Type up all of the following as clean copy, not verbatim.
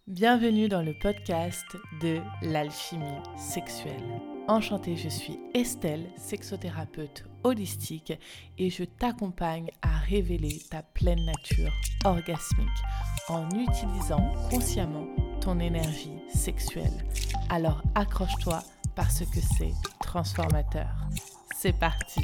Bienvenue dans le podcast de l'alchimie sexuelle. Enchantée, je suis Estelle, sexothérapeute holistique et je t'accompagne à révéler ta pleine nature orgasmique en utilisant consciemment ton énergie sexuelle. Alors accroche-toi parce que c'est transformateur. C'est parti!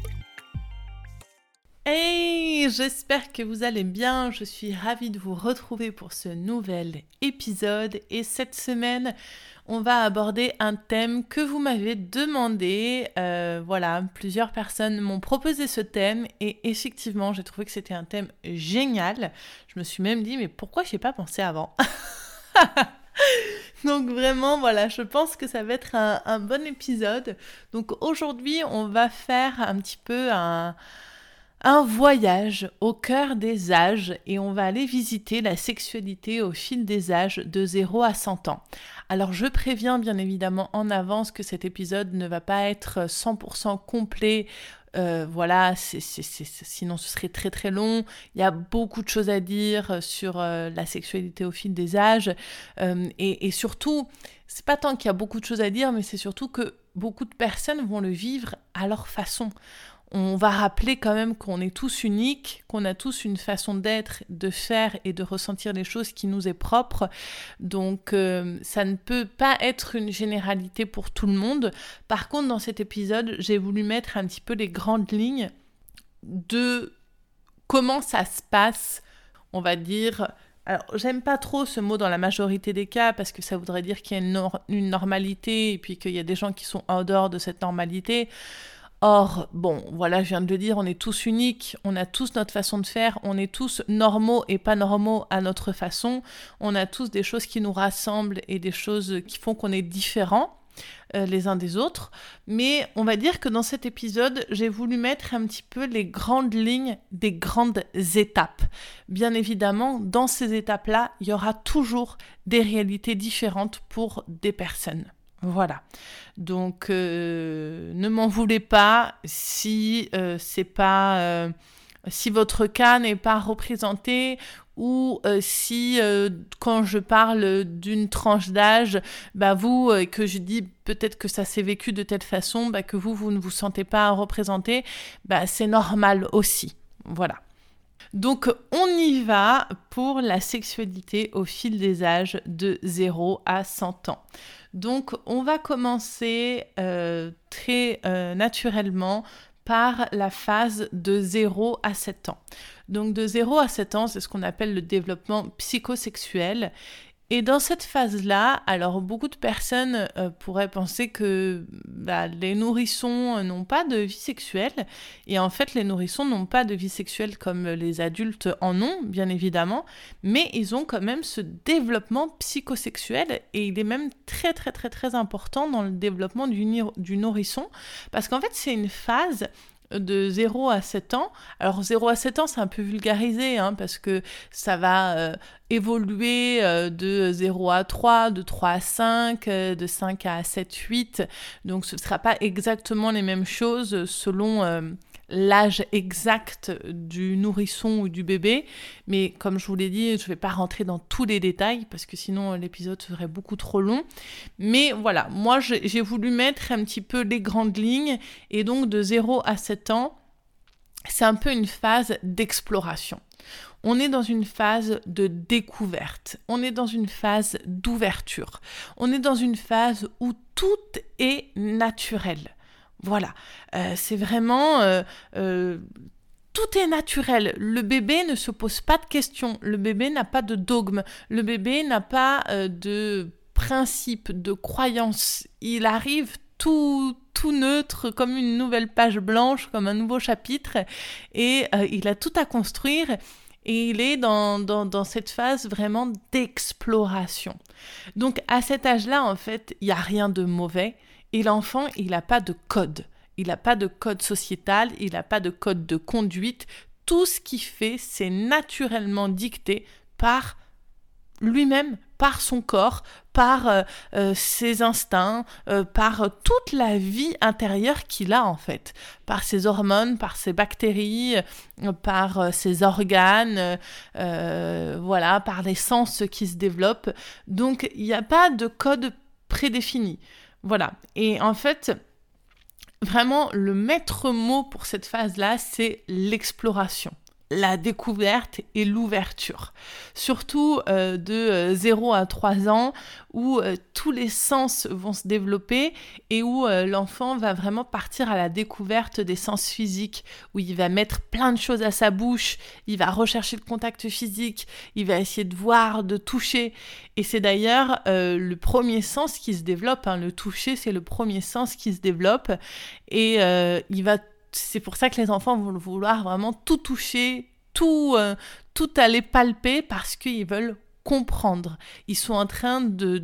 Hey, j'espère que vous allez bien, je suis ravie de vous retrouver pour ce nouvel épisode et cette semaine, on va aborder un thème que vous m'avez demandé. Plusieurs personnes m'ont proposé ce thème et effectivement, j'ai trouvé que c'était un thème génial. Je me suis même dit, mais pourquoi je n'y ai pas pensé avant ? Donc vraiment, je pense que ça va être un bon épisode. Donc aujourd'hui, on va faire un petit peu un voyage au cœur des âges et on va aller visiter la sexualité au fil des âges de 0 à 100 ans. Alors je préviens bien évidemment en avance que cet épisode ne va pas être 100% complet, sinon ce serait très très long. Il y a beaucoup de choses à dire sur la sexualité au fil des âges et surtout, c'est pas tant qu'il y a beaucoup de choses à dire, mais c'est surtout que beaucoup de personnes vont le vivre à leur façon. On va rappeler quand même qu'on est tous uniques, qu'on a tous une façon d'être, de faire et de ressentir les choses qui nous est propre. Donc, ça ne peut pas être une généralité pour tout le monde. Par contre, dans cet épisode, j'ai voulu mettre un petit peu les grandes lignes de comment ça se passe, on va dire. Alors, j'aime pas trop ce mot dans la majorité des cas parce que ça voudrait dire qu'il y a une normalité et puis qu'il y a des gens qui sont en dehors de cette normalité. Or, je viens de le dire, on est tous uniques, on a tous notre façon de faire, on est tous normaux et pas normaux à notre façon, on a tous des choses qui nous rassemblent et des choses qui font qu'on est différents les uns des autres. Mais on va dire que dans cet épisode, j'ai voulu mettre un petit peu les grandes lignes des grandes étapes. Bien évidemment, dans ces étapes-là, il y aura toujours des réalités différentes pour des personnes. Voilà, donc ne m'en voulez pas si si votre cas n'est pas représenté ou si quand je parle d'une tranche d'âge, que je dis peut-être que ça s'est vécu de telle façon, que vous ne vous sentez pas représenté, c'est normal aussi, voilà. Donc, on y va pour la sexualité au fil des âges de 0 à 100 ans. Donc, on va commencer très naturellement par la phase de 0 à 7 ans. Donc, de 0 à 7 ans, c'est ce qu'on appelle le développement psychosexuel. Et dans cette phase-là, alors beaucoup de personnes pourraient penser que les nourrissons n'ont pas de vie sexuelle. Et en fait, les nourrissons n'ont pas de vie sexuelle comme les adultes en ont, bien évidemment. Mais ils ont quand même ce développement psychosexuel. Et il est même très, très, très, très important dans le développement du nourrisson. Parce qu'en fait, c'est une phase de 0 à 7 ans. Alors 0 à 7 ans, c'est un peu vulgarisé parce que ça va évoluer de 0 à 3, de 3 à 5, de 5 à 7, 8. Donc ce ne sera pas exactement les mêmes choses selon l'âge exact du nourrisson ou du bébé. Mais comme je vous l'ai dit, je ne vais pas rentrer dans tous les détails parce que sinon l'épisode serait beaucoup trop long. Mais voilà, moi j'ai voulu mettre un petit peu les grandes lignes et donc de 0 à 7 ans, c'est un peu une phase d'exploration. On est dans une phase de découverte, on est dans une phase d'ouverture, on est dans une phase où tout est naturel. Voilà, c'est vraiment... tout est naturel. Le bébé ne se pose pas de questions. Le bébé n'a pas de dogme. Le bébé n'a pas de principe, de croyance. Il arrive tout neutre, comme une nouvelle page blanche, comme un nouveau chapitre. Et il a tout à construire. Et il est dans cette phase vraiment d'exploration. Donc, à cet âge-là, en fait, il n'y a rien de mauvais. Et l'enfant, il n'a pas de code. Il n'a pas de code sociétal, il n'a pas de code de conduite. Tout ce qu'il fait, c'est naturellement dicté par lui-même, par son corps, par ses instincts, par toute la vie intérieure qu'il a en fait, par ses hormones, par ses bactéries, par ses organes, voilà, par les sens qui se développent. Donc il n'y a pas de code prédéfini. Voilà. Et en fait, vraiment, le maître mot pour cette phase-là, c'est l'exploration, la découverte et l'ouverture. Surtout de 0 à 3 ans, où tous les sens vont se développer et où l'enfant va vraiment partir à la découverte des sens physiques, où il va mettre plein de choses à sa bouche, il va rechercher le contact physique, il va essayer de voir, de toucher. Et c'est d'ailleurs le premier sens qui se développe, le toucher, c'est le premier sens qui se développe. Et c'est pour ça que les enfants vont vouloir vraiment tout toucher, tout aller palper, parce qu'ils veulent comprendre. Ils sont en train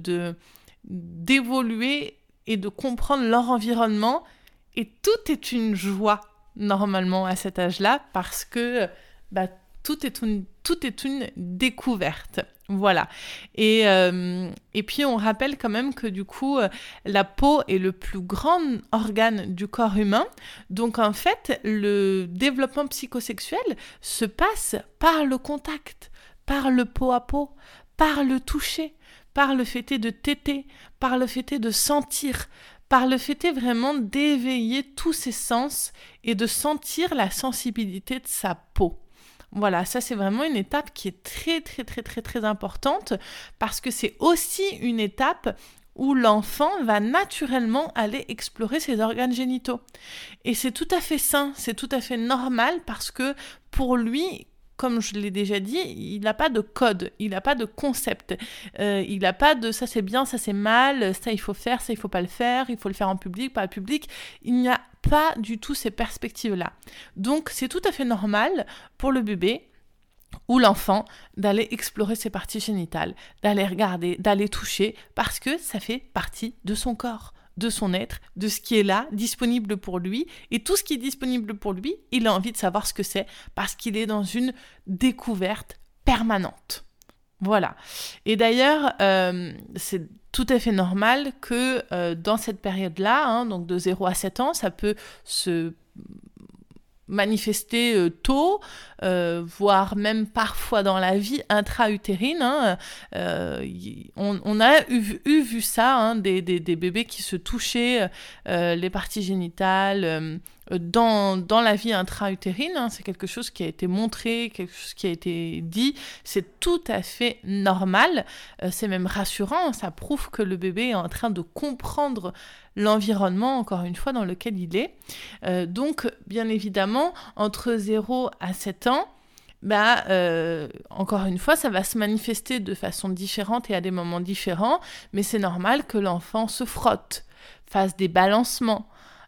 d'évoluer et de comprendre leur environnement. Et tout est une joie, normalement, à cet âge-là, parce que tout est une découverte. Voilà. Et puis, on rappelle quand même que du coup, la peau est le plus grand organe du corps humain. Donc, en fait, le développement psychosexuel se passe par le contact, par le peau à peau, par le toucher, par le fait de téter, par le fait de sentir, par le fait vraiment d'éveiller tous ses sens et de sentir la sensibilité de sa peau. Voilà, ça c'est vraiment une étape qui est très très très très très importante, parce que c'est aussi une étape où l'enfant va naturellement aller explorer ses organes génitaux. Et c'est tout à fait sain, c'est tout à fait normal, parce que pour lui, comme je l'ai déjà dit, il n'a pas de code, il n'a pas de concept. Il n'a pas de ça c'est bien, ça c'est mal, ça il faut faire, ça il faut pas le faire, il faut le faire en public, pas en public. Il n'y a pas du tout ces perspectives-là. Donc c'est tout à fait normal pour le bébé ou l'enfant d'aller explorer ses parties génitales, d'aller regarder, d'aller toucher, parce que ça fait partie de son corps, de son être, de ce qui est là, disponible pour lui. Et tout ce qui est disponible pour lui, il a envie de savoir ce que c'est, parce qu'il est dans une découverte permanente. Voilà. Et d'ailleurs, c'est tout à fait normal que dans cette période-là, donc de 0 à 7 ans, ça peut se manifester tôt, voire même parfois dans la vie intra-utérine. On a vu ça, des bébés qui se touchaient les parties génitales dans la vie intra-utérine. C'est quelque chose qui a été montré, quelque chose qui a été dit. C'est tout à fait normal. C'est même rassurant. Ça prouve que le bébé est en train de comprendre l'environnement, encore une fois, dans lequel il est. Donc, bien évidemment, entre 0 à 7 ans, encore une fois, ça va se manifester de façon différente et à des moments différents, mais c'est normal que l'enfant se frotte, fasse des balancements,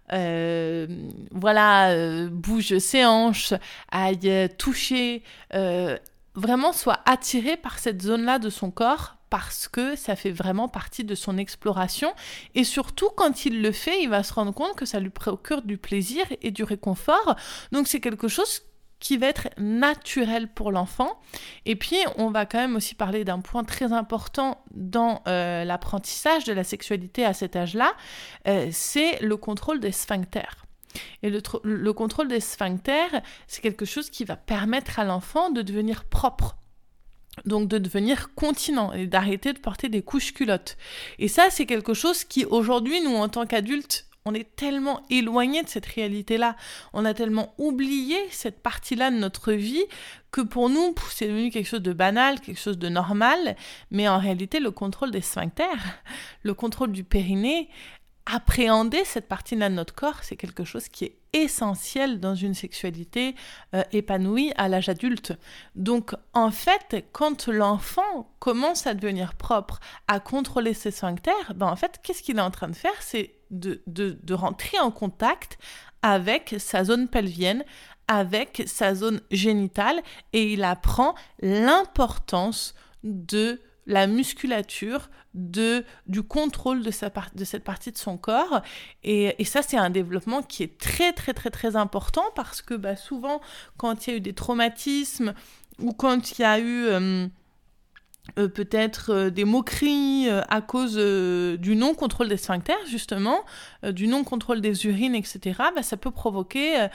bouge ses hanches, aille toucher, vraiment soit attiré par cette zone-là de son corps, parce que ça fait vraiment partie de son exploration. Et surtout, quand il le fait, il va se rendre compte que ça lui procure du plaisir et du réconfort. Donc, c'est quelque chose qui va être naturel pour l'enfant. Et puis, on va quand même aussi parler d'un point très important dans l'apprentissage de la sexualité à cet âge-là, c'est le contrôle des sphincters. Et le contrôle des sphincters, c'est quelque chose qui va permettre à l'enfant de devenir propre. Donc de devenir continent et d'arrêter de porter des couches culottes. Et ça, c'est quelque chose qui, aujourd'hui, nous, en tant qu'adultes, on est tellement éloignés de cette réalité-là, on a tellement oublié cette partie-là de notre vie que pour nous, c'est devenu quelque chose de banal, quelque chose de normal. Mais en réalité, le contrôle des sphincters, le contrôle du périnée, appréhender cette partie-là de notre corps, c'est quelque chose qui est essentiel dans une sexualité épanouie à l'âge adulte. Donc, en fait, quand l'enfant commence à devenir propre, à contrôler ses sphincters, en fait, qu'est-ce qu'il est en train de faire ? C'est de rentrer en contact avec sa zone pelvienne, avec sa zone génitale, et il apprend l'importance de la musculature, du contrôle de cette partie de son corps. Et ça, c'est un développement qui est très, très, très, très important, parce que souvent, quand il y a eu des traumatismes ou quand il y a eu peut-être des moqueries à cause du non-contrôle des sphincters, justement, du non-contrôle des urines, etc., ça peut provoquer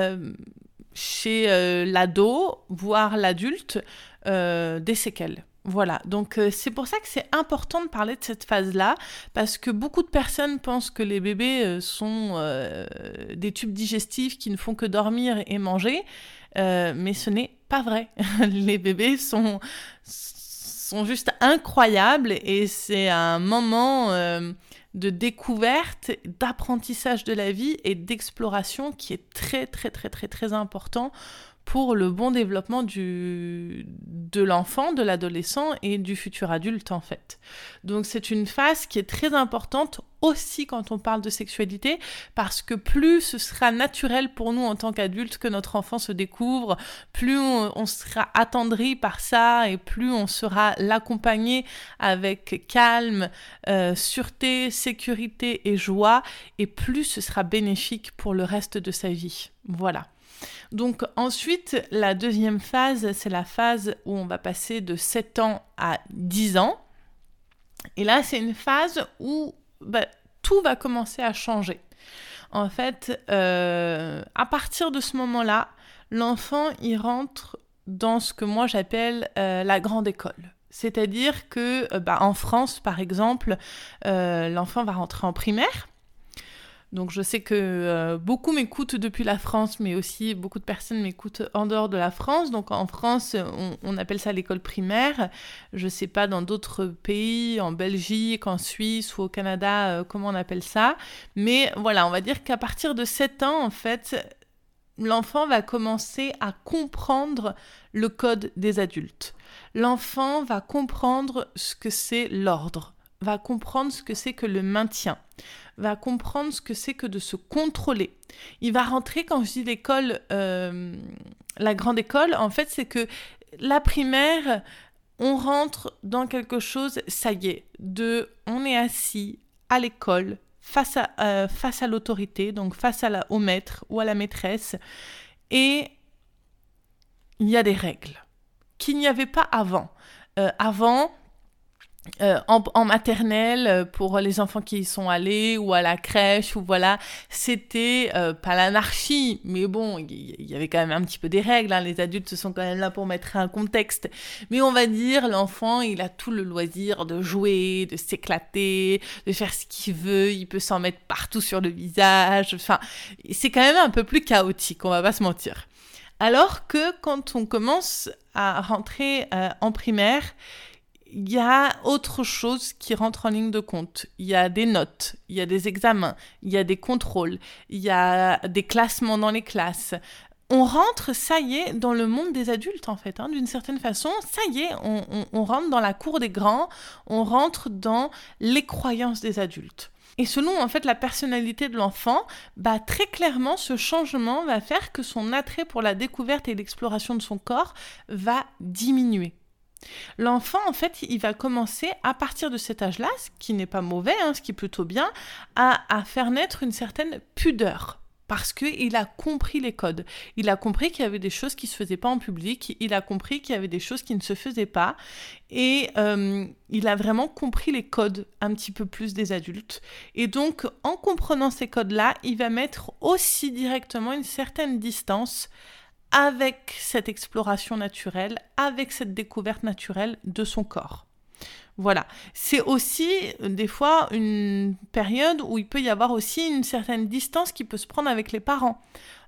chez l'ado, voire l'adulte, des séquelles. Voilà, donc c'est pour ça que c'est important de parler de cette phase-là, parce que beaucoup de personnes pensent que les bébés sont des tubes digestifs qui ne font que dormir et manger, mais ce n'est pas vrai. Les bébés sont juste incroyables et c'est un moment de découverte, d'apprentissage de la vie et d'exploration qui est très très très très très important pour le bon développement de l'enfant, de l'adolescent et du futur adulte en fait. Donc c'est une phase qui est très importante aussi quand on parle de sexualité, parce que plus ce sera naturel pour nous en tant qu'adultes que notre enfant se découvre, plus on sera attendri par ça et plus on sera l'accompagner avec calme, sûreté, sécurité et joie, et plus ce sera bénéfique pour le reste de sa vie. Voilà. Donc ensuite, la deuxième phase, c'est la phase où on va passer de 7 ans à 10 ans. Et là, c'est une phase où tout va commencer à changer. En fait, à partir de ce moment-là, l'enfant, il rentre dans ce que moi j'appelle la grande école. C'est-à-dire que, en France, par exemple, l'enfant va rentrer en primaire. Donc je sais que beaucoup m'écoutent depuis la France, mais aussi beaucoup de personnes m'écoutent en dehors de la France. Donc en France, on appelle ça l'école primaire. Je ne sais pas dans d'autres pays, en Belgique, en Suisse ou au Canada, comment on appelle ça. Mais voilà, on va dire qu'à partir de 7 ans, en fait, l'enfant va commencer à comprendre le code des adultes. L'enfant va comprendre ce que c'est l'ordre, va comprendre ce que c'est que le maintien, va comprendre ce que c'est que de se contrôler. Il va rentrer, quand je dis l'école, la grande école, en fait, c'est que la primaire, on rentre dans quelque chose, ça y est, on est assis à l'école, face à l'autorité, donc face au maître ou à la maîtresse, et il y a des règles qu'il n'y avait pas avant. En maternelle, pour les enfants qui y sont allés, ou à la crèche, ou voilà, c'était pas l'anarchie, mais bon, il y avait quand même un petit peu des règles, hein. Les adultes sont quand même là pour mettre un contexte, mais on va dire, l'enfant, il a tout le loisir de jouer, de s'éclater, de faire ce qu'il veut, il peut s'en mettre partout sur le visage, enfin, c'est quand même un peu plus chaotique, on va pas se mentir. Alors que quand on commence à rentrer en primaire, il y a autre chose qui rentre en ligne de compte. Il y a des notes, il y a des examens, il y a des contrôles, il y a des classements dans les classes. On rentre, ça y est, dans le monde des adultes, en fait, hein, d'une certaine façon. Ça y est, on rentre dans la cour des grands, on rentre dans les croyances des adultes. Et selon, en fait, la personnalité de l'enfant, très clairement, ce changement va faire que son attrait pour la découverte et l'exploration de son corps va diminuer. L'enfant, en fait, il va commencer, à partir de cet âge-là, ce qui n'est pas mauvais, hein, ce qui est plutôt bien, à faire naître une certaine pudeur. Parce qu'il a compris les codes. Il a compris qu'il y avait des choses qui ne se faisaient pas en public. Il a compris qu'il y avait des choses qui ne se faisaient pas. Et il a vraiment compris les codes un petit peu plus des adultes. Et donc, en comprenant ces codes-là, il va mettre aussi directement une certaine distance avec cette exploration naturelle, avec cette découverte naturelle de son corps. Voilà. C'est aussi, des fois, une période où il peut y avoir aussi une certaine distance qui peut se prendre avec les parents.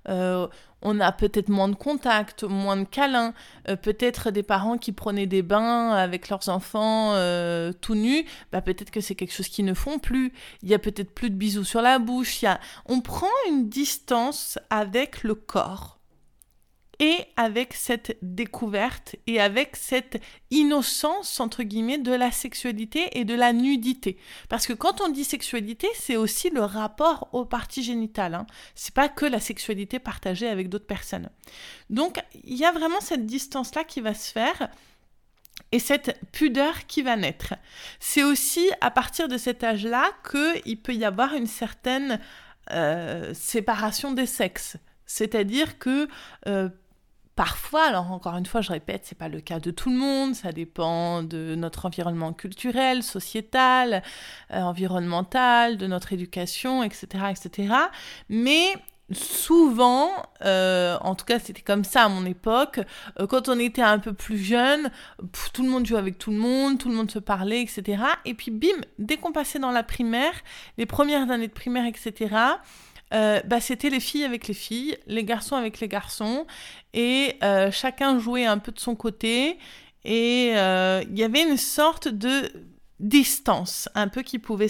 On a peut-être moins de contact, moins de câlins, peut-être des parents qui prenaient des bains avec leurs enfants tout nus, peut-être que c'est quelque chose qu'ils ne font plus. Il y a peut-être plus de bisous sur la bouche. On prend une distance avec le corps. Et avec cette découverte et avec cette innocence, entre guillemets, de la sexualité et de la nudité. Parce que quand on dit sexualité, c'est aussi le rapport aux parties génitales, hein. C'est pas que la sexualité partagée avec d'autres personnes. Donc, il y a vraiment cette distance-là qui va se faire et cette pudeur qui va naître. C'est aussi à partir de cet âge-là qu'il peut y avoir une certaine séparation des sexes. C'est-à-dire que Parfois, alors encore une fois, je répète, c'est pas le cas de tout le monde, ça dépend de notre environnement culturel, sociétal, environnemental, de notre éducation, etc., etc. Mais souvent, en tout cas c'était comme ça à mon époque, quand on était un peu plus jeune, tout le monde jouait avec tout le monde se parlait, etc. Et puis bim, dès qu'on passait dans la primaire, les premières années de primaire, etc., c'était les filles avec les filles, les garçons avec les garçons, et chacun jouait un peu de son côté, et il y avait une sorte de distance un peu qui pouvait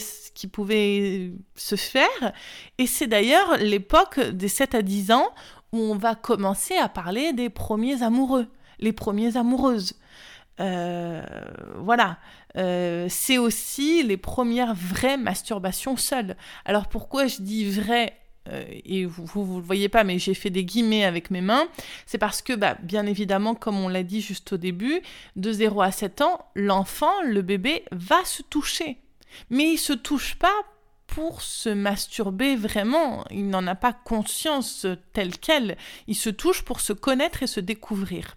se faire, et c'est d'ailleurs l'époque des 7 à 10 ans où on va commencer à parler des premiers amoureux, les premières amoureuses. Voilà. C'est aussi les premières vraies masturbations seules. Alors pourquoi je dis vraies et vous le voyez pas, mais j'ai fait des guillemets avec mes mains, c'est parce que, bien évidemment, comme on l'a dit juste au début, de 0 à 7 ans, l'enfant, le bébé, va se toucher. Mais il se touche pas pour se masturber vraiment, il n'en a pas conscience telle qu'elle, il se touche pour se connaître et se découvrir.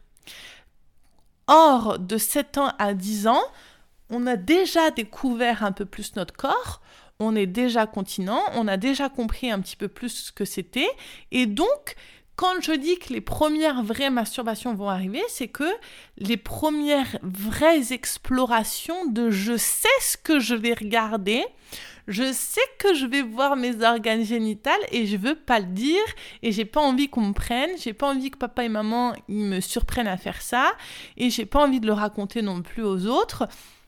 Or, de 7 ans à 10 ans, on a déjà découvert un peu plus notre corps, on est déjà continent, on a déjà compris un petit peu plus ce que c'était, et donc, quand je dis que les premières vraies masturbations vont arriver, c'est que les premières vraies explorations de je sais ce que je vais regarder, je sais que je vais voir mes organes génitaux et je veux pas le dire et j'ai pas envie qu'on me prenne, j'ai pas envie que papa et maman ils me surprennent à faire ça et j'ai pas envie de le raconter non plus aux autres.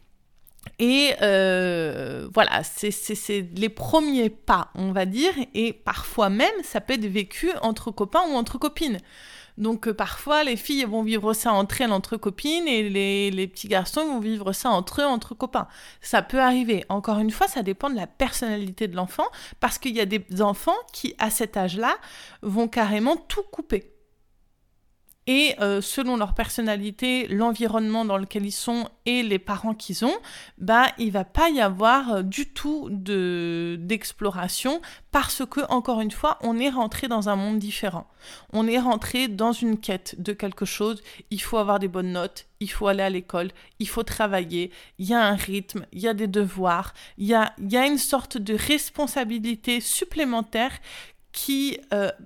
Et voilà, c'est les premiers pas, on va dire, et parfois même, ça peut être vécu entre copains ou entre copines. Donc parfois, les filles vont vivre ça entre elles, entre copines, et les petits garçons vont vivre ça entre eux, entre copains. Ça peut arriver. Encore une fois, ça dépend de la personnalité de l'enfant, parce qu'il y a des enfants qui, à cet âge-là, vont carrément tout couper. Et selon leur personnalité, l'environnement dans lequel ils sont et les parents qu'ils ont, il va pas y avoir du tout d'exploration parce que, encore une fois, on est rentré dans un monde différent. On est rentré dans une quête de quelque chose. Il faut avoir des bonnes notes, il faut aller à l'école, il faut travailler, il y a un rythme, il y a des devoirs, il y a une sorte de responsabilité supplémentaire qui...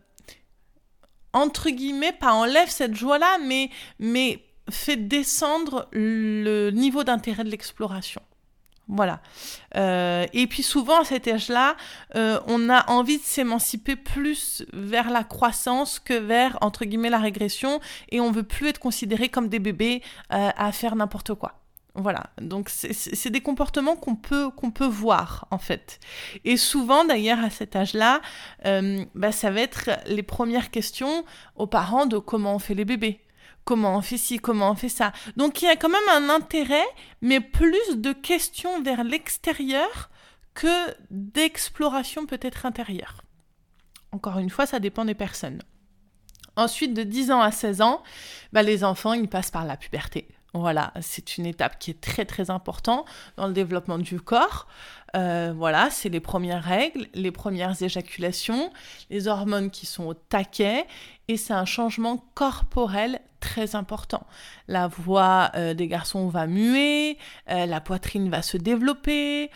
entre guillemets, pas enlève cette joie-là, mais fait descendre le niveau d'intérêt de l'exploration. Voilà. Et puis souvent, à cet âge-là, on a envie de s'émanciper plus vers la croissance que vers, entre guillemets, la régression, et on veut plus être considéré comme des bébés à faire n'importe quoi. Voilà, donc c'est des comportements qu'on peut voir en fait. Et souvent d'ailleurs à cet âge-là, ça va être les premières questions aux parents de comment on fait les bébés, comment on fait ci, comment on fait ça. Donc il y a quand même un intérêt, mais plus de questions vers l'extérieur que d'exploration peut-être intérieure. Encore une fois, ça dépend des personnes. Ensuite, de 10 ans à 16 ans, les enfants, ils passent par la puberté. Voilà, c'est une étape qui est très très importante dans le développement du corps. Voilà, c'est les premières règles, les premières éjaculations, les hormones qui sont au taquet, et c'est un changement corporel très important. La voix des garçons va muer, la poitrine va se développer.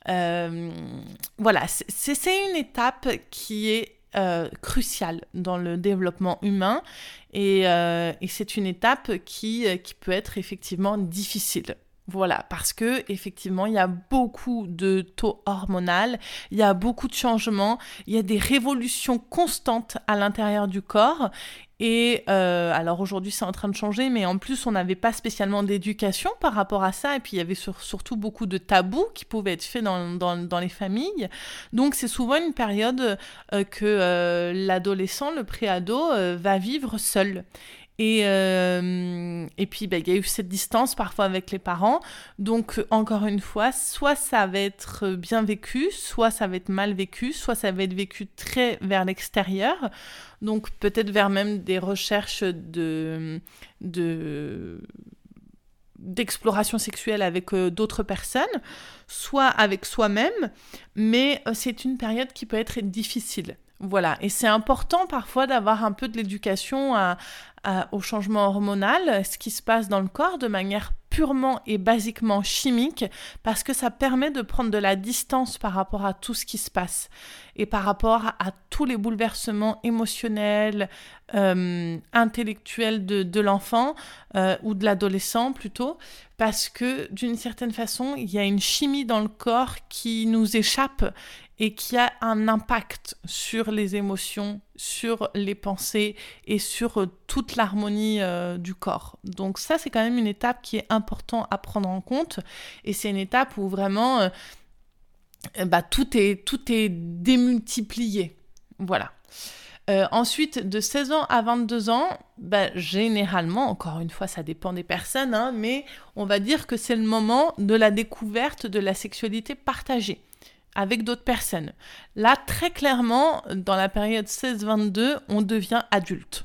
Voilà, c'est une étape qui est cruciale dans le développement humain et c'est une étape qui peut être effectivement difficile. Voilà, parce que effectivement, il y a beaucoup de taux hormonal, il y a beaucoup de changements, il y a des révolutions constantes à l'intérieur du corps. Et alors aujourd'hui, c'est en train de changer, mais en plus, on n'avait pas spécialement d'éducation par rapport à ça. Et puis, il y avait surtout beaucoup de tabous qui pouvaient être faits dans les familles. Donc, c'est souvent une période que l'adolescent, le préado, va vivre seul. Et puis, il y a eu cette distance parfois avec les parents. Donc, encore une fois, soit ça va être bien vécu, soit ça va être mal vécu, soit ça va être vécu très vers l'extérieur. Donc, peut-être vers même des recherches d'exploration sexuelle avec d'autres personnes, soit avec soi-même. Mais c'est une période qui peut être difficile. Voilà, et c'est important parfois d'avoir un peu de l'éducation au changement hormonal, ce qui se passe dans le corps de manière purement et basiquement chimique, parce que ça permet de prendre de la distance par rapport à tout ce qui se passe et par rapport à tous les bouleversements émotionnels, intellectuels de l'enfant ou de l'adolescent plutôt, parce que d'une certaine façon, il y a une chimie dans le corps qui nous échappe et qui a un impact sur les émotions, sur les pensées et sur toute l'harmonie du corps. Donc ça, c'est quand même une étape qui est importante à prendre en compte, et c'est une étape où vraiment tout est démultiplié. Voilà. Ensuite, de 16 ans à 22 ans, généralement, encore une fois, ça dépend des personnes, mais on va dire que c'est le moment de la découverte de la sexualité partagée avec d'autres personnes. Là, très clairement, dans la période 16-22, on devient adulte.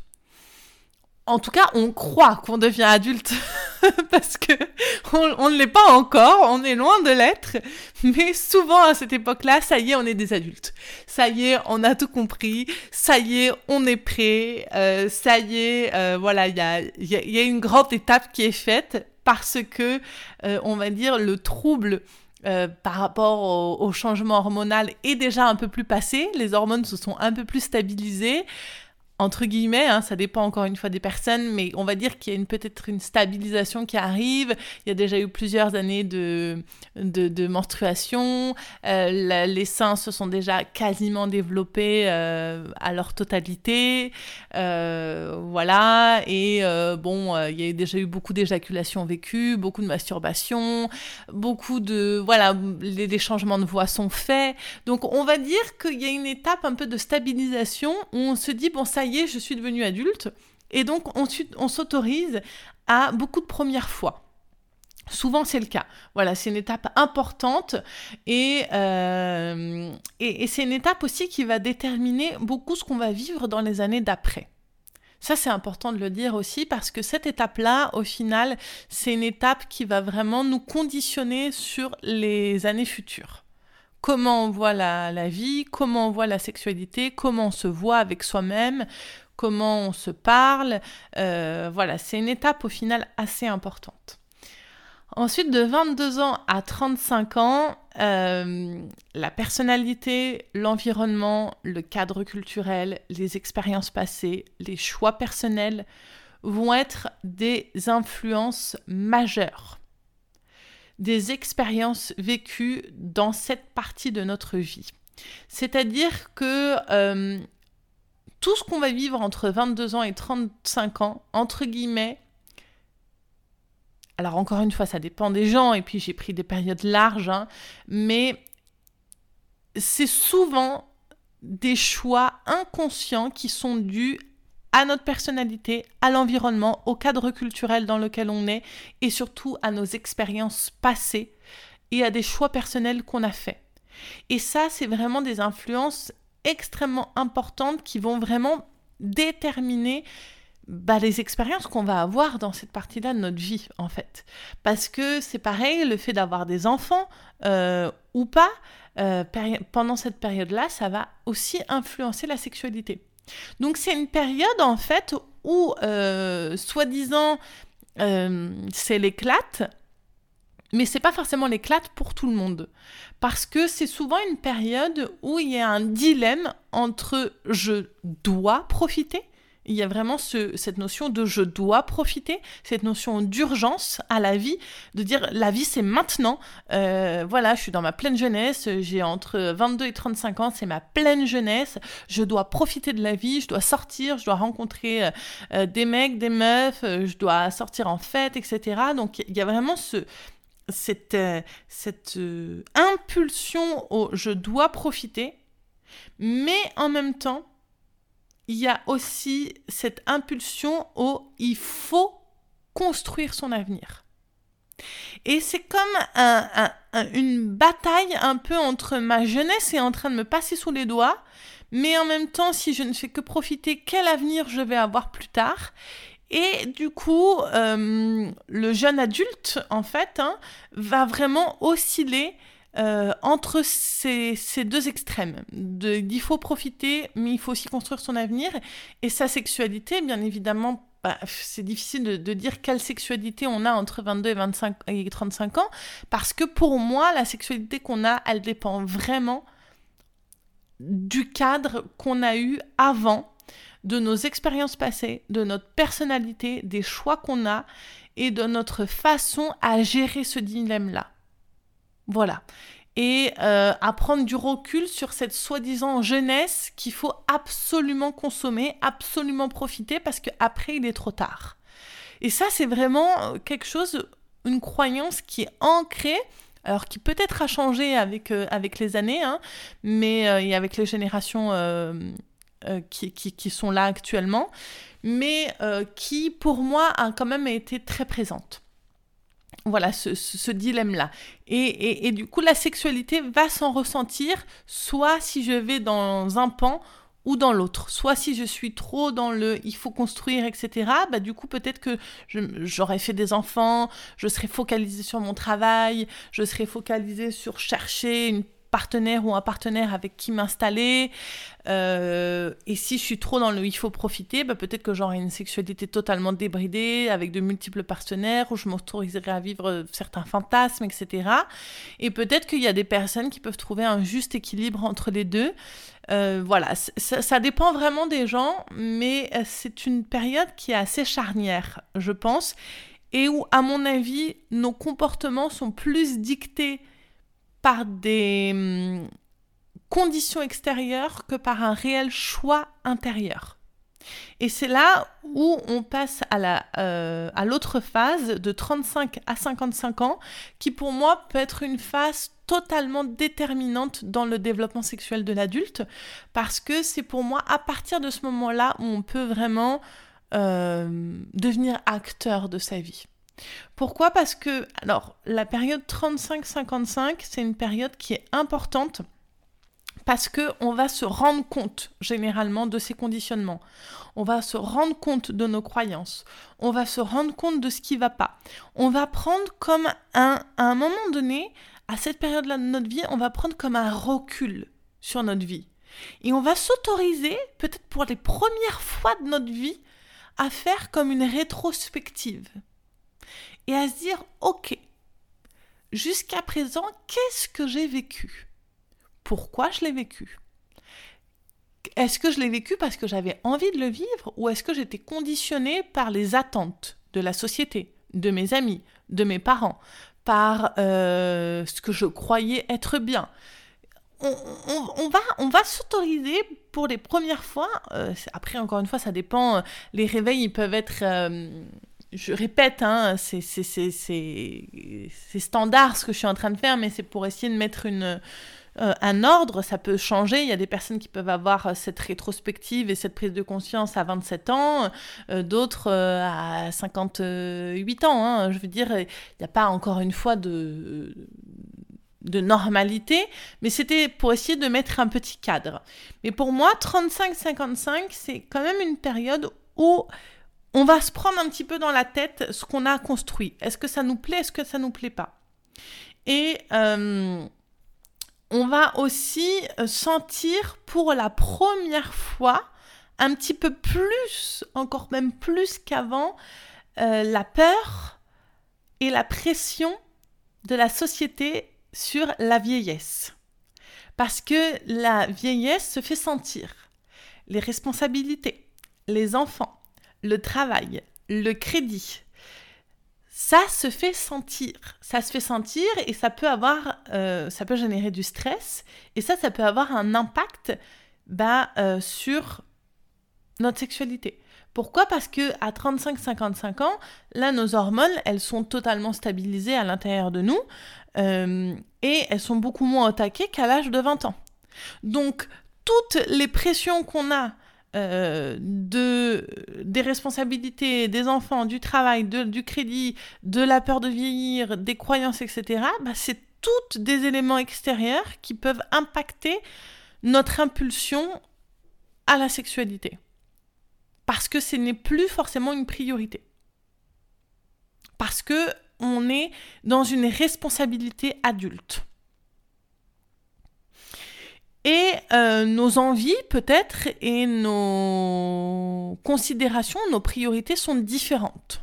En tout cas, on croit qu'on devient adulte, parce que on ne l'est pas encore, on est loin de l'être, mais souvent à cette époque-là, ça y est, on est des adultes. Ça y est, on a tout compris, ça y est, on est prêt, ça y est, voilà, il y a une grande étape qui est faite, parce que, on va dire, le trouble par rapport au changement hormonal est déjà un peu plus passé, les hormones se sont un peu plus stabilisées, entre guillemets, ça dépend encore une fois des personnes, mais on va dire qu'il y a peut-être une stabilisation qui arrive. Il y a déjà eu plusieurs années de menstruation, les seins se sont déjà quasiment développés à leur totalité, voilà, et il y a déjà eu beaucoup d'éjaculations vécues, beaucoup de masturbation, beaucoup de, voilà, les changements de voix sont faits. Donc on va dire qu'il y a une étape un peu de stabilisation où on se dit, bon, ça y est, je suis devenue adulte, et donc on s'autorise à beaucoup de premières fois. Souvent, c'est le cas. Voilà, c'est une étape importante, et c'est une étape aussi qui va déterminer beaucoup ce qu'on va vivre dans les années d'après. Ça, c'est important de le dire aussi, parce que cette étape-là, au final, c'est une étape qui va vraiment nous conditionner sur les années futures. Comment on voit la vie, comment on voit la sexualité, comment on se voit avec soi-même, comment on se parle. Voilà, c'est une étape au final assez importante. Ensuite, de 22 ans à 35 ans, la personnalité, l'environnement, le cadre culturel, les expériences passées, les choix personnels vont être des influences majeures, des expériences vécues dans cette partie de notre vie. C'est-à-dire que tout ce qu'on va vivre entre 22 ans et 35 ans, entre guillemets, alors encore une fois, ça dépend des gens, et puis j'ai pris des périodes larges, mais c'est souvent des choix inconscients qui sont dus à notre personnalité, à l'environnement, au cadre culturel dans lequel on est, et surtout à nos expériences passées et à des choix personnels qu'on a faits. Et ça, c'est vraiment des influences extrêmement importantes qui vont vraiment déterminer les expériences qu'on va avoir dans cette partie-là de notre vie, en fait. Parce que c'est pareil, le fait d'avoir des enfants ou pas, pendant cette période-là, ça va aussi influencer la sexualité. Donc c'est une période, en fait, où, soi-disant, c'est l'éclate, mais c'est pas forcément l'éclate pour tout le monde. Parce que c'est souvent une période où il y a un dilemme entre « je dois profiter », il y a vraiment cette notion de « je dois profiter », cette notion d'urgence à la vie, de dire « la vie, c'est maintenant, voilà, je suis dans ma pleine jeunesse, j'ai entre 22 et 35 ans, c'est ma pleine jeunesse, je dois profiter de la vie, je dois sortir, je dois rencontrer des mecs, des meufs, je dois sortir en fête, etc. » Donc, il y a vraiment cette impulsion au « je dois profiter », mais en même temps, il y a aussi cette impulsion au « il faut construire son avenir ». Et c'est comme une bataille un peu entre ma jeunesse est en train de me passer sous les doigts, mais en même temps, si je ne fais que profiter, quel avenir je vais avoir plus tard ? Et du coup, le jeune adulte, en fait, va vraiment osciller entre ces deux extrêmes. Il faut profiter, mais il faut aussi construire son avenir. Et sa sexualité, bien évidemment, c'est difficile de dire quelle sexualité on a entre 22 et 35 ans, parce que pour moi, la sexualité qu'on a, elle dépend vraiment du cadre qu'on a eu avant, de nos expériences passées, de notre personnalité, des choix qu'on a et de notre façon à gérer ce dilemme-là. Voilà. Et à prendre du recul sur cette soi-disant jeunesse qu'il faut absolument consommer, absolument profiter, parce qu'après, il est trop tard. Et ça, c'est vraiment quelque chose, une croyance qui est ancrée, alors qui peut-être a changé avec les années, hein, mais, et avec les générations qui sont là actuellement, mais qui, pour moi, a quand même été très présente. Voilà, ce dilemme-là. Et du coup, la sexualité va s'en ressentir, soit si je vais dans un pan ou dans l'autre. Soit si je suis trop dans le « il faut construire », etc., du coup, peut-être que j'aurais fait des enfants, je serais focalisée sur mon travail, je serais focalisée sur chercher une partenaire ou un partenaire avec qui m'installer. Et si je suis trop dans le « il faut profiter », peut-être que j'aurai une sexualité totalement débridée, avec de multiples partenaires, où je m'autoriserai à vivre certains fantasmes, etc. Et peut-être qu'il y a des personnes qui peuvent trouver un juste équilibre entre les deux. Voilà, ça dépend vraiment des gens, mais c'est une période qui est assez charnière, je pense, et où, à mon avis, nos comportements sont plus dictés par des conditions extérieures que par un réel choix intérieur. Et c'est là où on passe à l'autre phase de 35 à 55 ans, qui pour moi peut être une phase totalement déterminante dans le développement sexuel de l'adulte, parce que c'est pour moi à partir de ce moment-là où on peut vraiment devenir acteur de sa vie. Pourquoi ? Parce que, alors, la période 35-55, c'est une période qui est importante parce qu'on va se rendre compte, généralement, de ces conditionnements. On va se rendre compte de nos croyances. On va se rendre compte de ce qui ne va pas. On va prendre comme à un moment donné, à cette période-là de notre vie, on va prendre comme un recul sur notre vie. Et on va s'autoriser, peut-être pour les premières fois de notre vie, à faire comme une rétrospective. Et à se dire, ok, jusqu'à présent, qu'est-ce que j'ai vécu ? Pourquoi je l'ai vécu ? Est-ce que je l'ai vécu parce que j'avais envie de le vivre ou est-ce que j'étais conditionnée par les attentes de la société, de mes amis, de mes parents, par ce que je croyais être bien ? On va s'autoriser pour les premières fois, après encore une fois ça dépend, les réveils ils peuvent être... je répète, hein, c'est standard ce que je suis en train de faire, mais c'est pour essayer de mettre un ordre. Ça peut changer. Il y a des personnes qui peuvent avoir cette rétrospective et cette prise de conscience à 27 ans, d'autres à 58 ans. Hein. Je veux dire, il n'y a pas encore une fois de normalité, mais c'était pour essayer de mettre un petit cadre. Mais pour moi, 35-55, c'est quand même une période où on va se prendre un petit peu dans la tête ce qu'on a construit. Est-ce que ça nous plaît ? Est-ce que ça nous plaît pas ? Et on va aussi sentir pour la première fois, un petit peu plus, encore même plus qu'avant, la peur et la pression de la société sur la vieillesse. Parce que la vieillesse se fait sentir. Les responsabilités, les enfants, le travail, le crédit, ça se fait sentir. Ça se fait sentir et ça peut générer du stress et ça peut avoir un impact sur notre sexualité. Pourquoi ? Parce qu'à 35-55 ans, là, nos hormones, elles sont totalement stabilisées à l'intérieur de nous et elles sont beaucoup moins au taquet qu'à l'âge de 20 ans. Donc, toutes les pressions qu'on a des responsabilités, des enfants, du travail, du crédit, de la peur de vieillir, des croyances, etc., c'est tous des éléments extérieurs qui peuvent impacter notre impulsion à la sexualité. Parce que ce n'est plus forcément une priorité. Parce qu'on est dans une responsabilité adulte. Et nos envies, peut-être, et nos considérations, nos priorités sont différentes.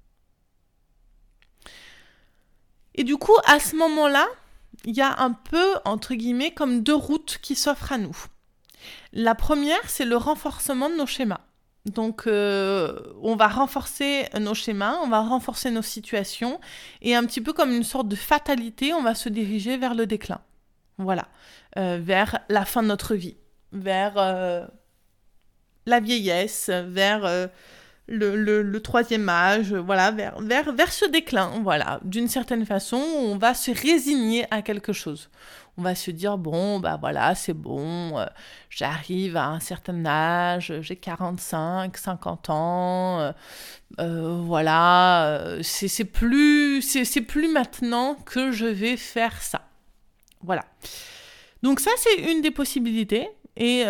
Et du coup, à ce moment-là, il y a un peu, entre guillemets, comme 2 routes qui s'offrent à nous. La première, c'est le renforcement de nos schémas. Donc, on va renforcer nos schémas, on va renforcer nos situations, et un petit peu comme une sorte de fatalité, on va se diriger vers le déclin. Voilà, vers la fin de notre vie, vers la vieillesse, vers le 3e âge, voilà, vers ce déclin, voilà. D'une certaine façon, on va se résigner à quelque chose. On va se dire, bon, bah voilà, c'est bon, j'arrive à un certain âge, j'ai 45, 50 ans, voilà, c'est plus maintenant que je vais faire ça. Voilà. Donc ça, c'est une des possibilités. Et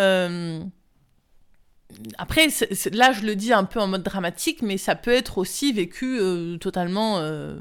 après, là, je le dis un peu en mode dramatique, mais ça peut être aussi vécu totalement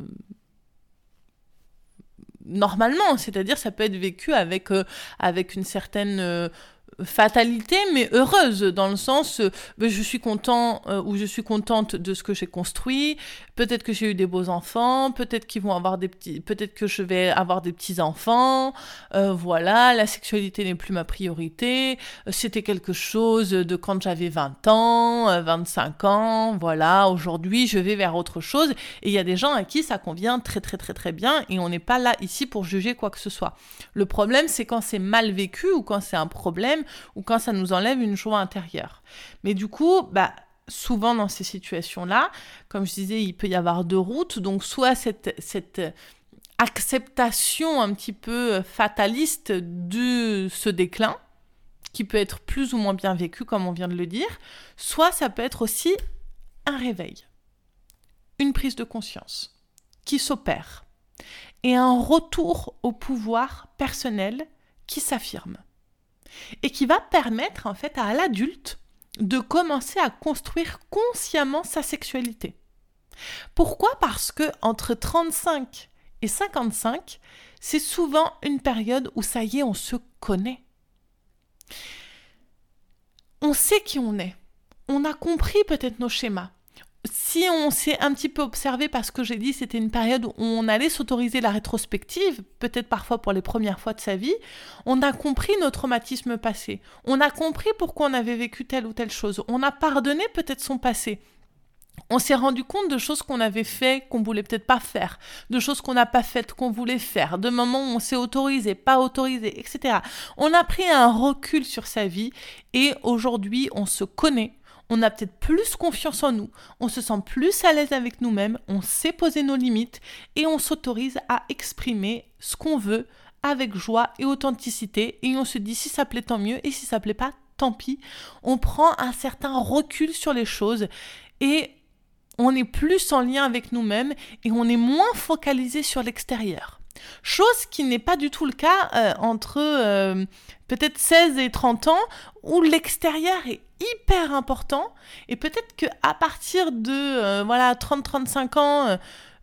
normalement. C'est-à-dire, ça peut être vécu avec une certaine fatalité, mais heureuse, dans le sens je suis content ou je suis contente de ce que j'ai construit, peut-être que j'ai eu des beaux enfants, peut-être que je vais avoir des petits enfants, voilà, la sexualité n'est plus ma priorité, c'était quelque chose de quand j'avais 20 ans, 25 ans, voilà, aujourd'hui je vais vers autre chose, et il y a des gens à qui ça convient très très très très bien, et on n'est pas là ici pour juger quoi que ce soit. Le problème, c'est quand c'est mal vécu, ou quand c'est un problème, ou quand ça nous enlève une joie intérieure. Mais du coup, souvent dans ces situations-là, comme je disais, il peut y avoir 2 routes. Donc soit cette acceptation un petit peu fataliste de ce déclin, qui peut être plus ou moins bien vécu, comme on vient de le dire, soit ça peut être aussi un réveil, une prise de conscience qui s'opère, et un retour au pouvoir personnel qui s'affirme. Et qui va permettre en fait à l'adulte de commencer à construire consciemment sa sexualité. Pourquoi ? Parce que entre 35 et 55, c'est souvent une période où ça y est, on se connaît. On sait qui on est. On a compris peut-être nos schémas. Si on s'est un petit peu observé, parce que j'ai dit c'était une période où on allait s'autoriser la rétrospective, peut-être parfois pour les premières fois de sa vie, on a compris nos traumatismes passés. On a compris pourquoi on avait vécu telle ou telle chose. On a pardonné peut-être son passé. On s'est rendu compte de choses qu'on avait fait, qu'on voulait peut-être pas faire, de choses qu'on n'a pas faites, qu'on voulait faire, de moments où on s'est autorisé, pas autorisé, etc. On a pris un recul sur sa vie, et aujourd'hui, on se connaît. On a peut-être plus confiance en nous, on se sent plus à l'aise avec nous-mêmes, on sait poser nos limites, et on s'autorise à exprimer ce qu'on veut avec joie et authenticité, et on se dit si ça plaît tant mieux, et si ça plaît pas, tant pis. On prend un certain recul sur les choses, et on est plus en lien avec nous-mêmes, et on est moins focalisé sur l'extérieur. Chose qui n'est pas du tout le cas entre peut-être 16 et 30 ans, où l'extérieur est hyper important, et peut-être qu'à partir de 30-35 ans,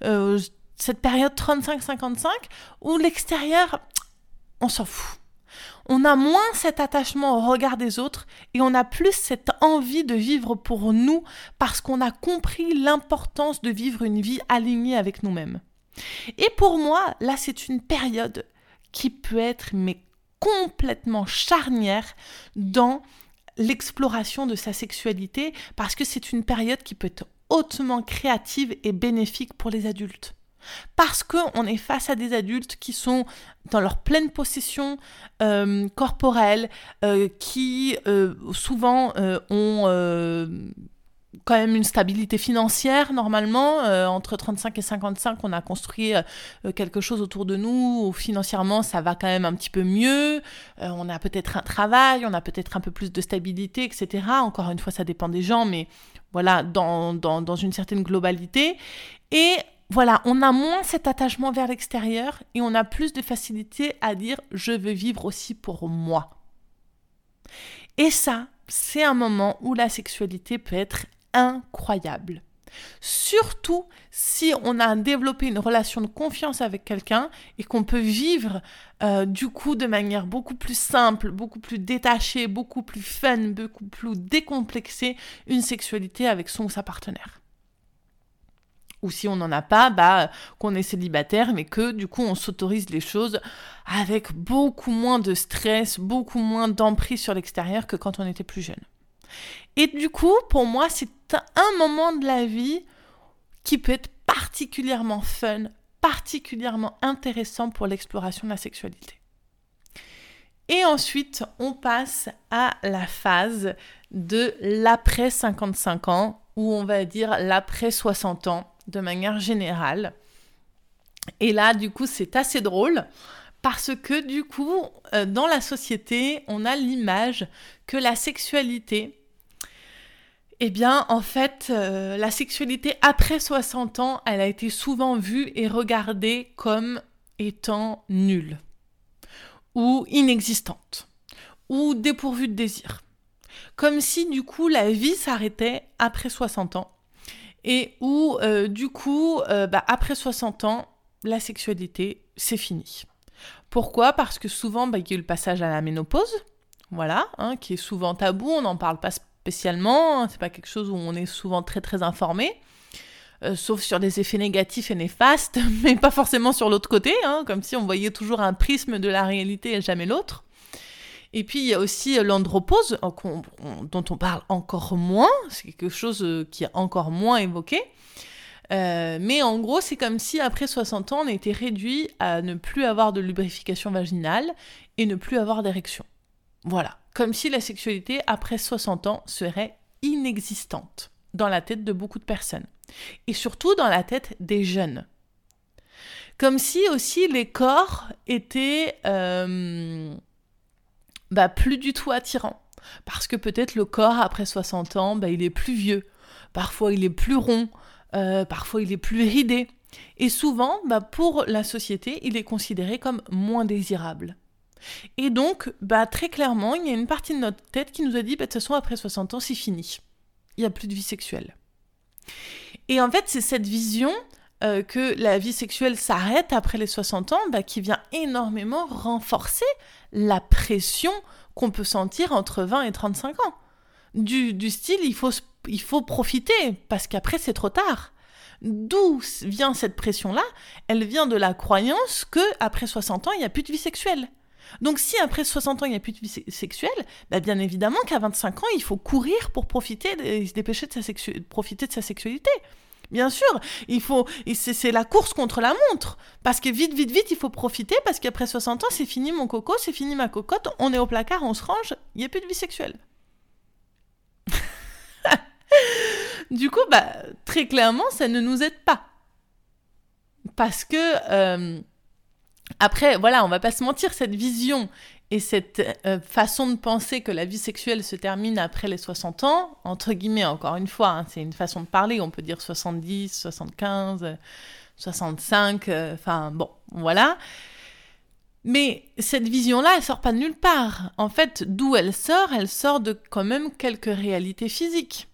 cette période 35-55, où l'extérieur, on s'en fout. On a moins cet attachement au regard des autres, et on a plus cette envie de vivre pour nous, parce qu'on a compris l'importance de vivre une vie alignée avec nous-mêmes. Et pour moi, là, c'est une période qui peut être complètement charnière dans l'exploration de sa sexualité, parce que c'est une période qui peut être hautement créative et bénéfique pour les adultes. Parce qu'on est face à des adultes qui sont dans leur pleine possession corporelle, qui souvent ont quand même une stabilité financière normalement. Entre 35 et 55, on a construit quelque chose autour de nous où financièrement ça va quand même un petit peu mieux. On a peut-être un travail, on a peut-être un peu plus de stabilité, etc. Encore une fois, ça dépend des gens, mais voilà, dans une certaine globalité. Et voilà, on a moins cet attachement vers l'extérieur, et on a plus de facilité à dire « je veux vivre aussi pour moi ». Et ça, c'est un moment où la sexualité peut être incroyable. Surtout si on a développé une relation de confiance avec quelqu'un et qu'on peut vivre du coup de manière beaucoup plus simple, beaucoup plus détachée, beaucoup plus fun, beaucoup plus décomplexée une sexualité avec son ou sa partenaire. Ou si on n'en a pas, qu'on est célibataire, mais que du coup on s'autorise les choses avec beaucoup moins de stress, beaucoup moins d'emprise sur l'extérieur que quand on était plus jeune. Et du coup, pour moi, c'est un moment de la vie qui peut être particulièrement fun, particulièrement intéressant pour l'exploration de la sexualité. Et ensuite, on passe à la phase de l'après 55 ans, ou on va dire l'après 60 ans, de manière générale. Et là, du coup, c'est assez drôle, parce que du coup, dans la société, on a l'image que la sexualité, eh bien, en fait, la sexualité après 60 ans, elle a été souvent vue et regardée comme étant nulle, ou inexistante, ou dépourvue de désir. Comme si, du coup, la vie s'arrêtait après 60 ans, et où, du coup, après 60 ans, la sexualité, c'est fini. Pourquoi ? Parce que souvent, il y a eu le passage à la ménopause, voilà, qui est souvent tabou, on n'en parle pas spécialement, c'est pas quelque chose où on est souvent très très informé, sauf sur des effets négatifs et néfastes, mais pas forcément sur l'autre côté, comme si on voyait toujours un prisme de la réalité et jamais l'autre. Et puis il y a aussi l'andropause, dont on parle encore moins, c'est quelque chose qui est encore moins évoqué, mais en gros c'est comme si après 60 ans on était réduit à ne plus avoir de lubrification vaginale et ne plus avoir d'érection. Voilà, comme si la sexualité après 60 ans serait inexistante dans la tête de beaucoup de personnes. Et surtout dans la tête des jeunes. Comme si aussi les corps étaient plus du tout attirants. Parce que peut-être le corps après 60 ans, il est plus vieux. Parfois il est plus rond. Parfois il est plus ridé. Et souvent, pour la société, il est considéré comme moins désirable. Et donc, très clairement, il y a une partie de notre tête qui nous a dit, de toute façon, après 60 ans, c'est fini. Il n'y a plus de vie sexuelle. Et en fait, c'est cette vision que la vie sexuelle s'arrête après les 60 ans qui vient énormément renforcer la pression qu'on peut sentir entre 20 et 35 ans. Du style, il faut profiter, parce qu'après, c'est trop tard. D'où vient cette pression-là ? Elle vient de la croyance qu'après 60 ans, il n'y a plus de vie sexuelle. Donc si après 60 ans, il n'y a plus de vie sexuelle, bien évidemment qu'à 25 ans, il faut courir pour profiter et se dépêcher de profiter de sa sexualité. Bien sûr, c'est la course contre la montre. Parce que vite, il faut profiter, parce qu'après 60 ans, c'est fini mon coco, c'est fini ma cocotte, on est au placard, on se range, il n'y a plus de vie sexuelle. Du coup, très clairement, ça ne nous aide pas. Parce que... Après, voilà, on va pas se mentir, cette vision et cette façon de penser que la vie sexuelle se termine après les 60 ans, entre guillemets, encore une fois, c'est une façon de parler, on peut dire 70, 75, 65, voilà. Mais cette vision-là, elle sort pas de nulle part. En fait, d'où elle sort de quand même quelques réalités physiques.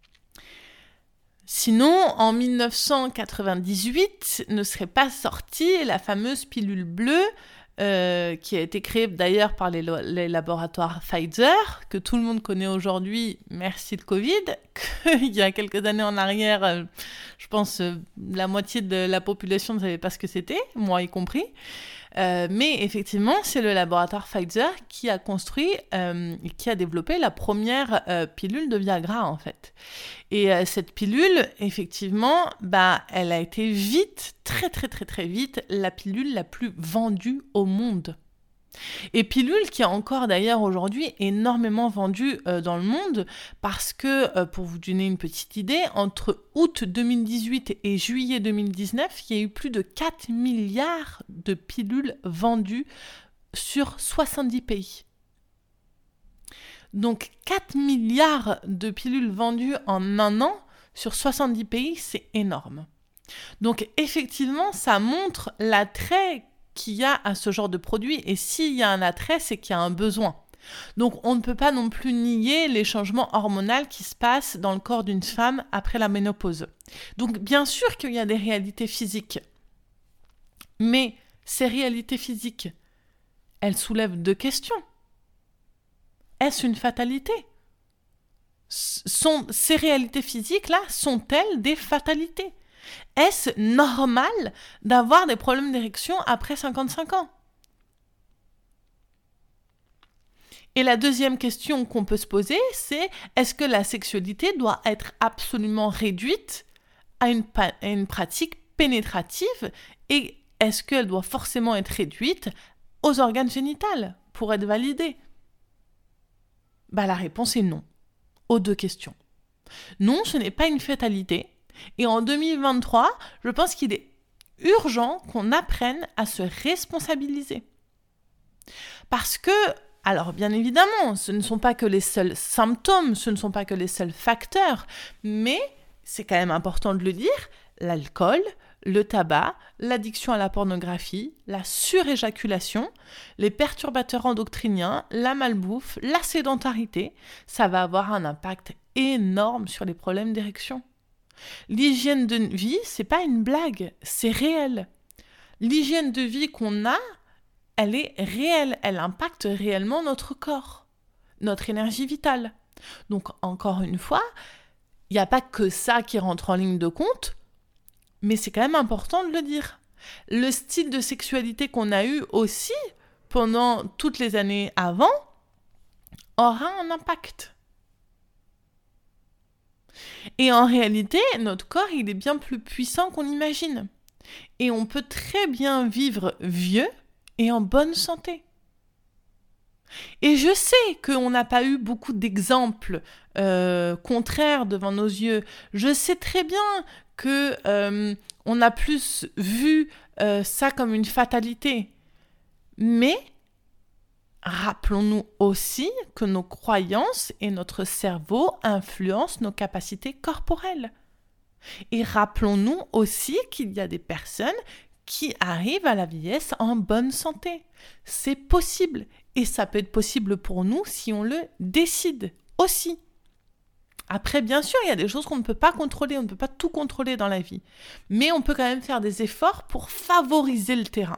Sinon, en 1998, ne serait pas sortie la fameuse pilule bleue qui a été créée d'ailleurs par les laboratoires Pfizer, que tout le monde connaît aujourd'hui, merci le Covid, qu'il y a quelques années en arrière, je pense la moitié de la population ne savait pas ce que c'était, moi y compris. Mais effectivement, c'est le laboratoire Pfizer qui a construit et qui a développé la première pilule de Viagra, en fait. Et cette pilule, effectivement, elle a été vite, très très très très vite, la pilule la plus vendue au monde. Et pilule qui est encore d'ailleurs aujourd'hui énormément vendue dans le monde parce que, pour vous donner une petite idée, entre août 2018 et juillet 2019, il y a eu plus de 4 milliards de pilules vendues sur 70 pays. Donc 4 milliards de pilules vendues en un an sur 70 pays, c'est énorme. Donc effectivement, ça montre l'attrait qu'il y a à ce genre de produit. Et s'il y a un attrait, c'est qu'il y a un besoin. Donc, on ne peut pas non plus nier les changements hormonaux qui se passent dans le corps d'une femme après la ménopause. Donc, bien sûr qu'il y a des réalités physiques. Mais ces réalités physiques, elles soulèvent 2 questions. Est-ce une fatalité ? Ces réalités physiques-là sont-elles des fatalités ? Est-ce normal d'avoir des problèmes d'érection après 55 ans ? Et la deuxième question qu'on peut se poser, c'est est-ce que la sexualité doit être absolument réduite à une pratique pénétrative et est-ce qu'elle doit forcément être réduite aux organes génitaux pour être validée ? La réponse est non, aux 2 questions. Non, ce n'est pas une fatalité. Et en 2023, je pense qu'il est urgent qu'on apprenne à se responsabiliser. Parce que, alors bien évidemment, ce ne sont pas que les seuls symptômes, ce ne sont pas que les seuls facteurs, mais c'est quand même important de le dire, l'alcool, le tabac, l'addiction à la pornographie, la suréjaculation, les perturbateurs endocriniens, la malbouffe, la sédentarité, ça va avoir un impact énorme sur les problèmes d'érection. L'hygiène de vie, c'est pas une blague, c'est réel. L'hygiène de vie qu'on a, elle est réelle, elle impacte réellement notre corps, notre énergie vitale. Donc encore une fois, il n'y a pas que ça qui rentre en ligne de compte, mais c'est quand même important de le dire. Le style de sexualité qu'on a eu aussi pendant toutes les années avant aura un impact. Et en réalité, notre corps, il est bien plus puissant qu'on imagine. Et on peut très bien vivre vieux et en bonne santé. Et je sais qu'on n'a pas eu beaucoup d'exemples contraires devant nos yeux. Je sais très bien qu'on a plus vu ça comme une fatalité. Mais rappelons-nous aussi que nos croyances et notre cerveau influencent nos capacités corporelles. Et rappelons-nous aussi qu'il y a des personnes qui arrivent à la vieillesse en bonne santé. C'est possible. Et ça peut être possible pour nous si on le décide aussi. Après, bien sûr, il y a des choses qu'on ne peut pas contrôler. On ne peut pas tout contrôler dans la vie. Mais on peut quand même faire des efforts pour favoriser le terrain.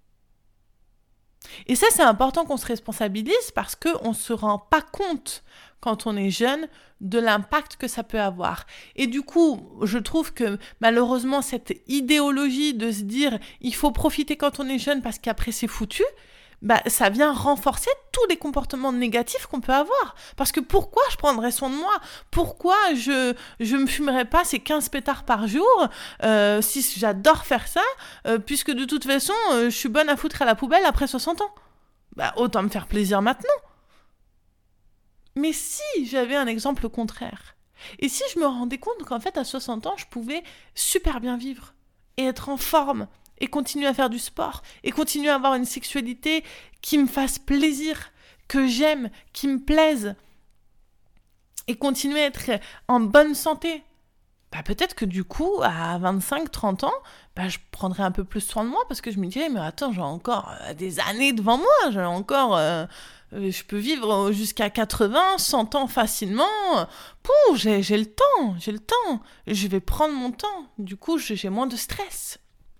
Et ça, c'est important qu'on se responsabilise parce qu'on ne se rend pas compte quand on est jeune de l'impact que ça peut avoir. Et du coup, je trouve que malheureusement, cette idéologie de se dire « il faut profiter quand on est jeune parce qu'après c'est foutu », ça vient renforcer tous les comportements négatifs qu'on peut avoir. Parce que pourquoi je prendrais soin de moi ? Pourquoi je me fumerais pas ces 15 pétards par jour si j'adore faire ça, puisque de toute façon, je suis bonne à foutre à la poubelle après 60 ans. Autant me faire plaisir maintenant. Mais si j'avais un exemple contraire, et si je me rendais compte qu'en fait, à 60 ans, je pouvais super bien vivre et être en forme, et continuer à faire du sport, et continuer à avoir une sexualité qui me fasse plaisir, que j'aime, qui me plaise, et continuer à être en bonne santé. Peut-être que du coup, à 25-30 ans, je prendrais un peu plus soin de moi, parce que je me dirais, mais attends, j'ai encore des années devant moi, j'ai encore... je peux vivre jusqu'à 80, 100 ans facilement. J'ai le temps. Je vais prendre mon temps. Du coup, j'ai moins de stress.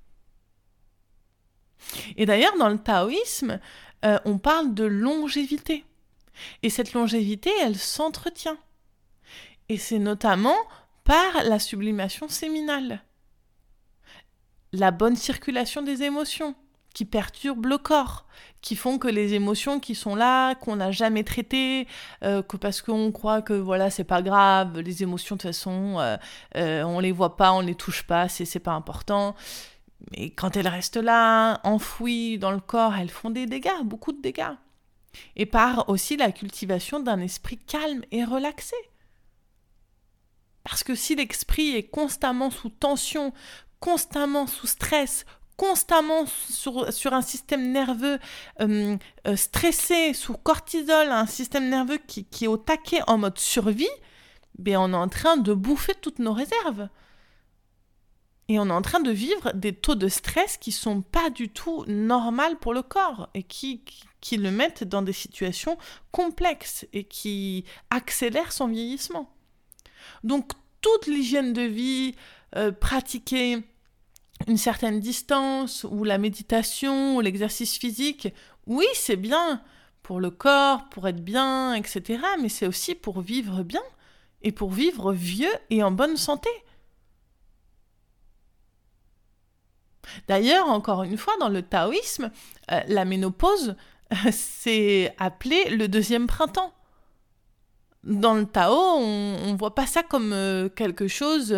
Et d'ailleurs, dans le taoïsme, on parle de longévité. Et cette longévité, elle s'entretient. Et c'est notamment par la sublimation séminale. La bonne circulation des émotions qui perturbent le corps, qui font que les émotions qui sont là, qu'on n'a jamais traitées, que parce qu'on croit que voilà, c'est pas grave, les émotions de toute façon, on les voit pas, on les touche pas, c'est pas important. Mais quand elles restent là, enfouies dans le corps, elles font des dégâts, beaucoup de dégâts. Et par aussi la cultivation d'un esprit calme et relaxé. Parce que si l'esprit est constamment sous tension, constamment sous stress, constamment sur un système nerveux stressé, sous cortisol, un système nerveux qui est au taquet en mode survie, on est en train de bouffer toutes nos réserves. Et on est en train de vivre des taux de stress qui sont pas du tout normaux pour le corps et qui le mettent dans des situations complexes et qui accélèrent son vieillissement. Donc, toute l'hygiène de vie, pratiquer une certaine distance, ou la méditation, ou l'exercice physique, oui, c'est bien pour le corps, pour être bien, etc. Mais c'est aussi pour vivre bien et pour vivre vieux et en bonne santé. D'ailleurs, encore une fois, dans le taoïsme, la ménopause, c'est appelé le deuxième printemps. Dans le Tao, on ne voit pas ça comme quelque chose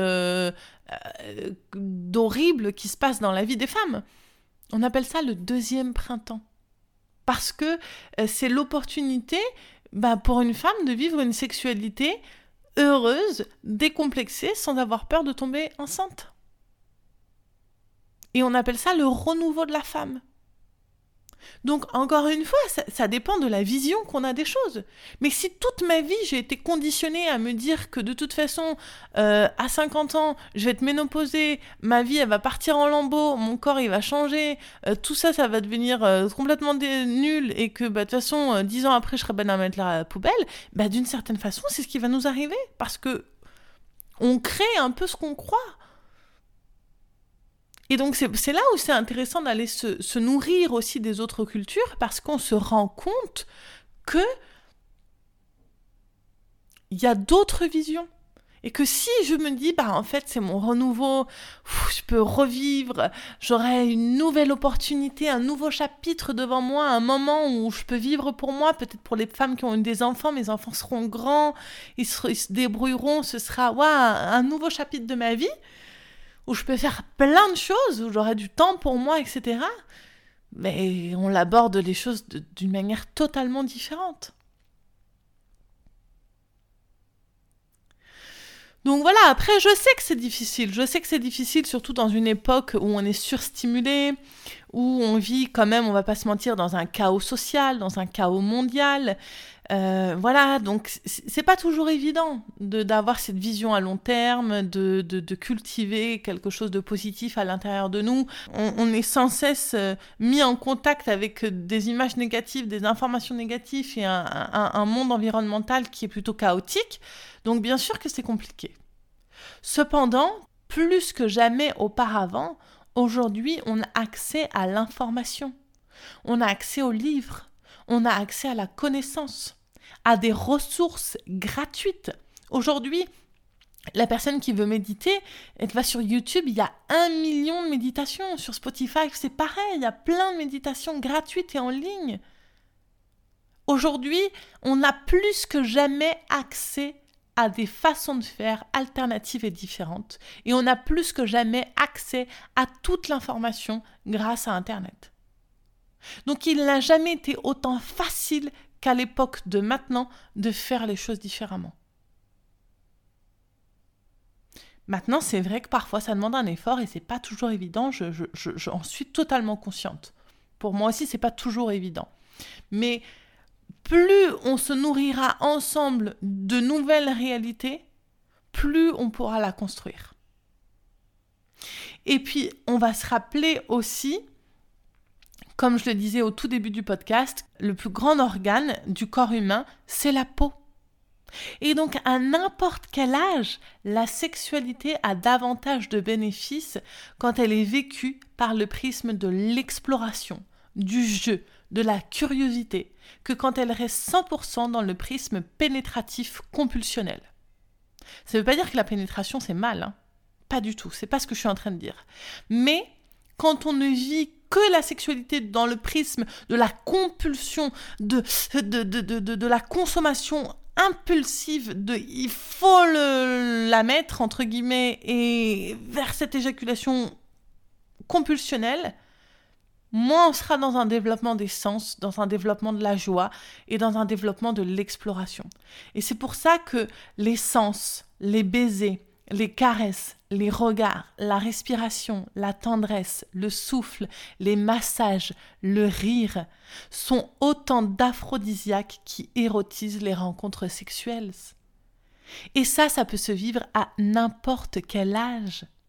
d'horrible qui se passe dans la vie des femmes. On appelle ça le deuxième printemps. Parce que c'est l'opportunité pour une femme de vivre une sexualité heureuse, décomplexée, sans avoir peur de tomber enceinte. Et on appelle ça le renouveau de la femme. Donc, encore une fois, ça dépend de la vision qu'on a des choses. Mais si toute ma vie, j'ai été conditionnée à me dire que de toute façon, à 50 ans, je vais être ménopausée, ma vie, elle va partir en lambeaux, mon corps, il va changer, tout ça, ça va devenir complètement nul, et que de toute façon, 10 ans après, je serai bonne à mettre la poubelle, d'une certaine façon, c'est ce qui va nous arriver. Parce que on crée un peu ce qu'on croit. Et donc, c'est là où c'est intéressant d'aller se nourrir aussi des autres cultures, parce qu'on se rend compte qu'il y a d'autres visions. Et que si je me dis, en fait, c'est mon renouveau, je peux revivre, j'aurai une nouvelle opportunité, un nouveau chapitre devant moi, un moment où je peux vivre pour moi, peut-être pour les femmes qui ont eu des enfants, mes enfants seront grands, ils se débrouilleront, ce sera un nouveau chapitre de ma vie, où je peux faire plein de choses, où j'aurai du temps pour moi, etc. Mais on l'aborde les choses d'une manière totalement différente. Donc voilà, après, je sais que c'est difficile. Je sais que c'est difficile, surtout dans une époque où on est surstimulé, où on vit quand même, on va pas se mentir, dans un chaos social, dans un chaos mondial. Voilà, donc c'est pas toujours évident d'avoir cette vision à long terme, de cultiver quelque chose de positif à l'intérieur de nous. On est sans cesse mis en contact avec des images négatives, des informations négatives et un monde environnemental qui est plutôt chaotique. Donc bien sûr que c'est compliqué. Cependant, plus que jamais auparavant, aujourd'hui, on a accès à l'information. On a accès aux livres. On a accès à la connaissance, à des ressources gratuites. Aujourd'hui, la personne qui veut méditer, elle va sur YouTube, il y a 1 million de méditations. Sur Spotify, c'est pareil, il y a plein de méditations gratuites et en ligne. Aujourd'hui, on a plus que jamais accès à des façons de faire alternatives et différentes. Et on a plus que jamais accès à toute l'information grâce à Internet. Donc il n'a jamais été autant facile qu'à l'époque de maintenant de faire les choses différemment. Maintenant, c'est vrai que parfois ça demande un effort et c'est pas toujours évident, j'en suis totalement consciente. Pour moi aussi, c'est pas toujours évident. Mais plus on se nourrira ensemble de nouvelles réalités, plus on pourra la construire. Et puis, on va se rappeler aussi, comme je le disais au tout début du podcast, le plus grand organe du corps humain, c'est la peau. Et donc, à n'importe quel âge, la sexualité a davantage de bénéfices quand elle est vécue par le prisme de l'exploration, du jeu, de la curiosité, que quand elle reste 100% dans le prisme pénétratif compulsionnel. Ça ne veut pas dire que la pénétration c'est mal, hein. Pas du tout, c'est pas ce que je suis en train de dire. Mais quand on ne vit que la sexualité dans le prisme de la compulsion, de la consommation impulsive, il faut la mettre entre guillemets, et vers cette éjaculation compulsionnelle, moins on sera dans un développement des sens, dans un développement de la joie et dans un développement de l'exploration. Et c'est pour ça que les sens, les baisers, les caresses, les regards, la respiration, la tendresse, le souffle, les massages, le rire sont autant d'aphrodisiaques qui érotisent les rencontres sexuelles. Et ça peut se vivre à n'importe quel âge.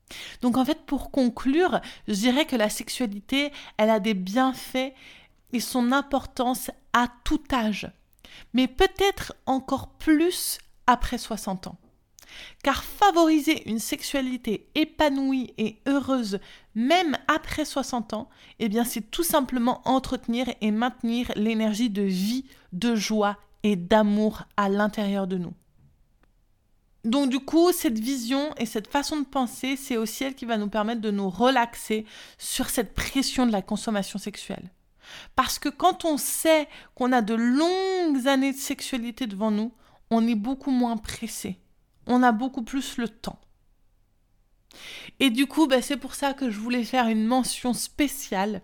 Donc en fait, pour conclure, je dirais que la sexualité, elle a des bienfaits et son importance à tout âge, mais peut-être encore plus après 60 ans. Car favoriser une sexualité épanouie et heureuse, même après 60 ans, eh bien c'est tout simplement entretenir et maintenir l'énergie de vie, de joie et d'amour à l'intérieur de nous. Donc du coup, cette vision et cette façon de penser, c'est aussi elle qui va nous permettre de nous relaxer sur cette pression de la consommation sexuelle. Parce que quand on sait qu'on a de longues années de sexualité devant nous, on est beaucoup moins pressé. On a beaucoup plus le temps. Et du coup, c'est pour ça que je voulais faire une mention spéciale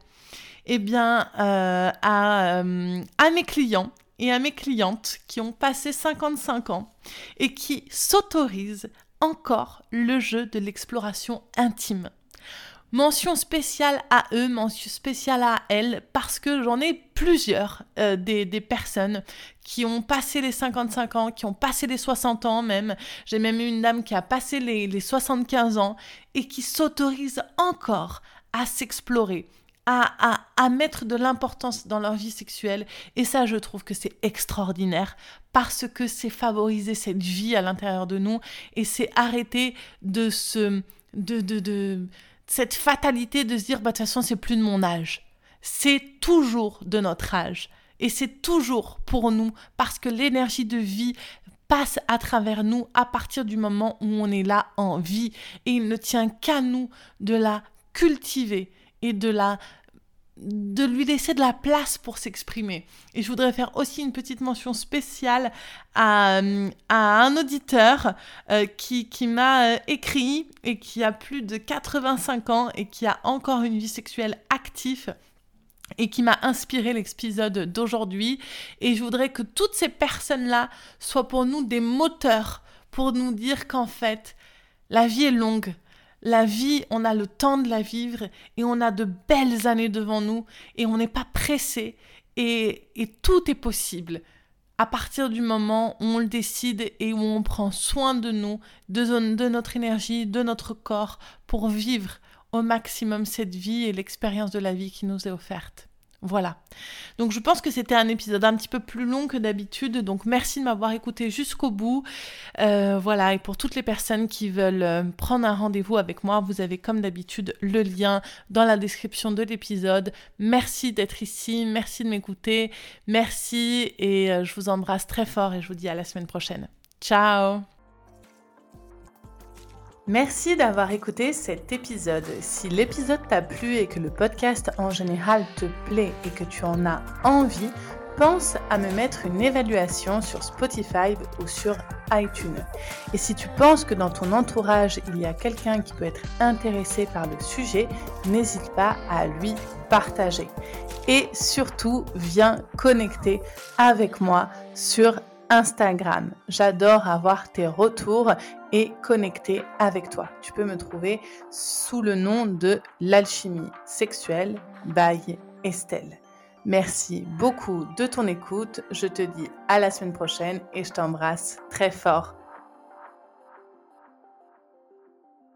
à mes clients et à mes clientes qui ont passé 55 ans et qui s'autorisent encore le jeu de l'exploration intime. Mention spéciale à eux, mention spéciale à elles, parce que j'en ai plusieurs des personnes qui ont passé les 55 ans, qui ont passé les 60 ans même. J'ai même eu une dame qui a passé les 75 ans et qui s'autorise encore à s'explorer, à mettre de l'importance dans leur vie sexuelle. Et ça, je trouve que c'est extraordinaire parce que c'est favoriser cette vie à l'intérieur de nous et c'est arrêter de cette fatalité de se dire, de toute façon, c'est plus de mon âge. C'est toujours de notre âge. Et c'est toujours pour nous, parce que l'énergie de vie passe à travers nous à partir du moment où on est là en vie. Et il ne tient qu'à nous de la cultiver et de lui laisser de la place pour s'exprimer. Et je voudrais faire aussi une petite mention spéciale à un auditeur qui m'a écrit et qui a plus de 85 ans et qui a encore une vie sexuelle active et qui m'a inspiré l'épisode d'aujourd'hui. Et je voudrais que toutes ces personnes-là soient pour nous des moteurs pour nous dire qu'en fait, la vie est longue. La vie, on a le temps de la vivre et on a de belles années devant nous et on n'est pas pressé et tout est possible à partir du moment où on le décide et où on prend soin de nous, de notre énergie, de notre corps pour vivre au maximum cette vie et l'expérience de la vie qui nous est offerte. Voilà. Donc je pense que c'était un épisode un petit peu plus long que d'habitude, donc merci de m'avoir écouté jusqu'au bout. Voilà, et pour toutes les personnes qui veulent prendre un rendez-vous avec moi, vous avez comme d'habitude le lien dans la description de l'épisode. Merci d'être ici, merci de m'écouter, merci et je vous embrasse très fort et je vous dis à la semaine prochaine. Ciao! Merci d'avoir écouté cet épisode. Si l'épisode t'a plu et que le podcast en général te plaît et que tu en as envie, pense à me mettre une évaluation sur Spotify ou sur iTunes. Et si tu penses que dans ton entourage, il y a quelqu'un qui peut être intéressé par le sujet, n'hésite pas à lui partager. Et surtout, viens connecter avec moi sur Instagram. J'adore avoir tes retours et connecter avec toi. Tu peux me trouver sous le nom de l'alchimie sexuelle by Estelle. Merci beaucoup de ton écoute. Je te dis à la semaine prochaine et je t'embrasse très fort.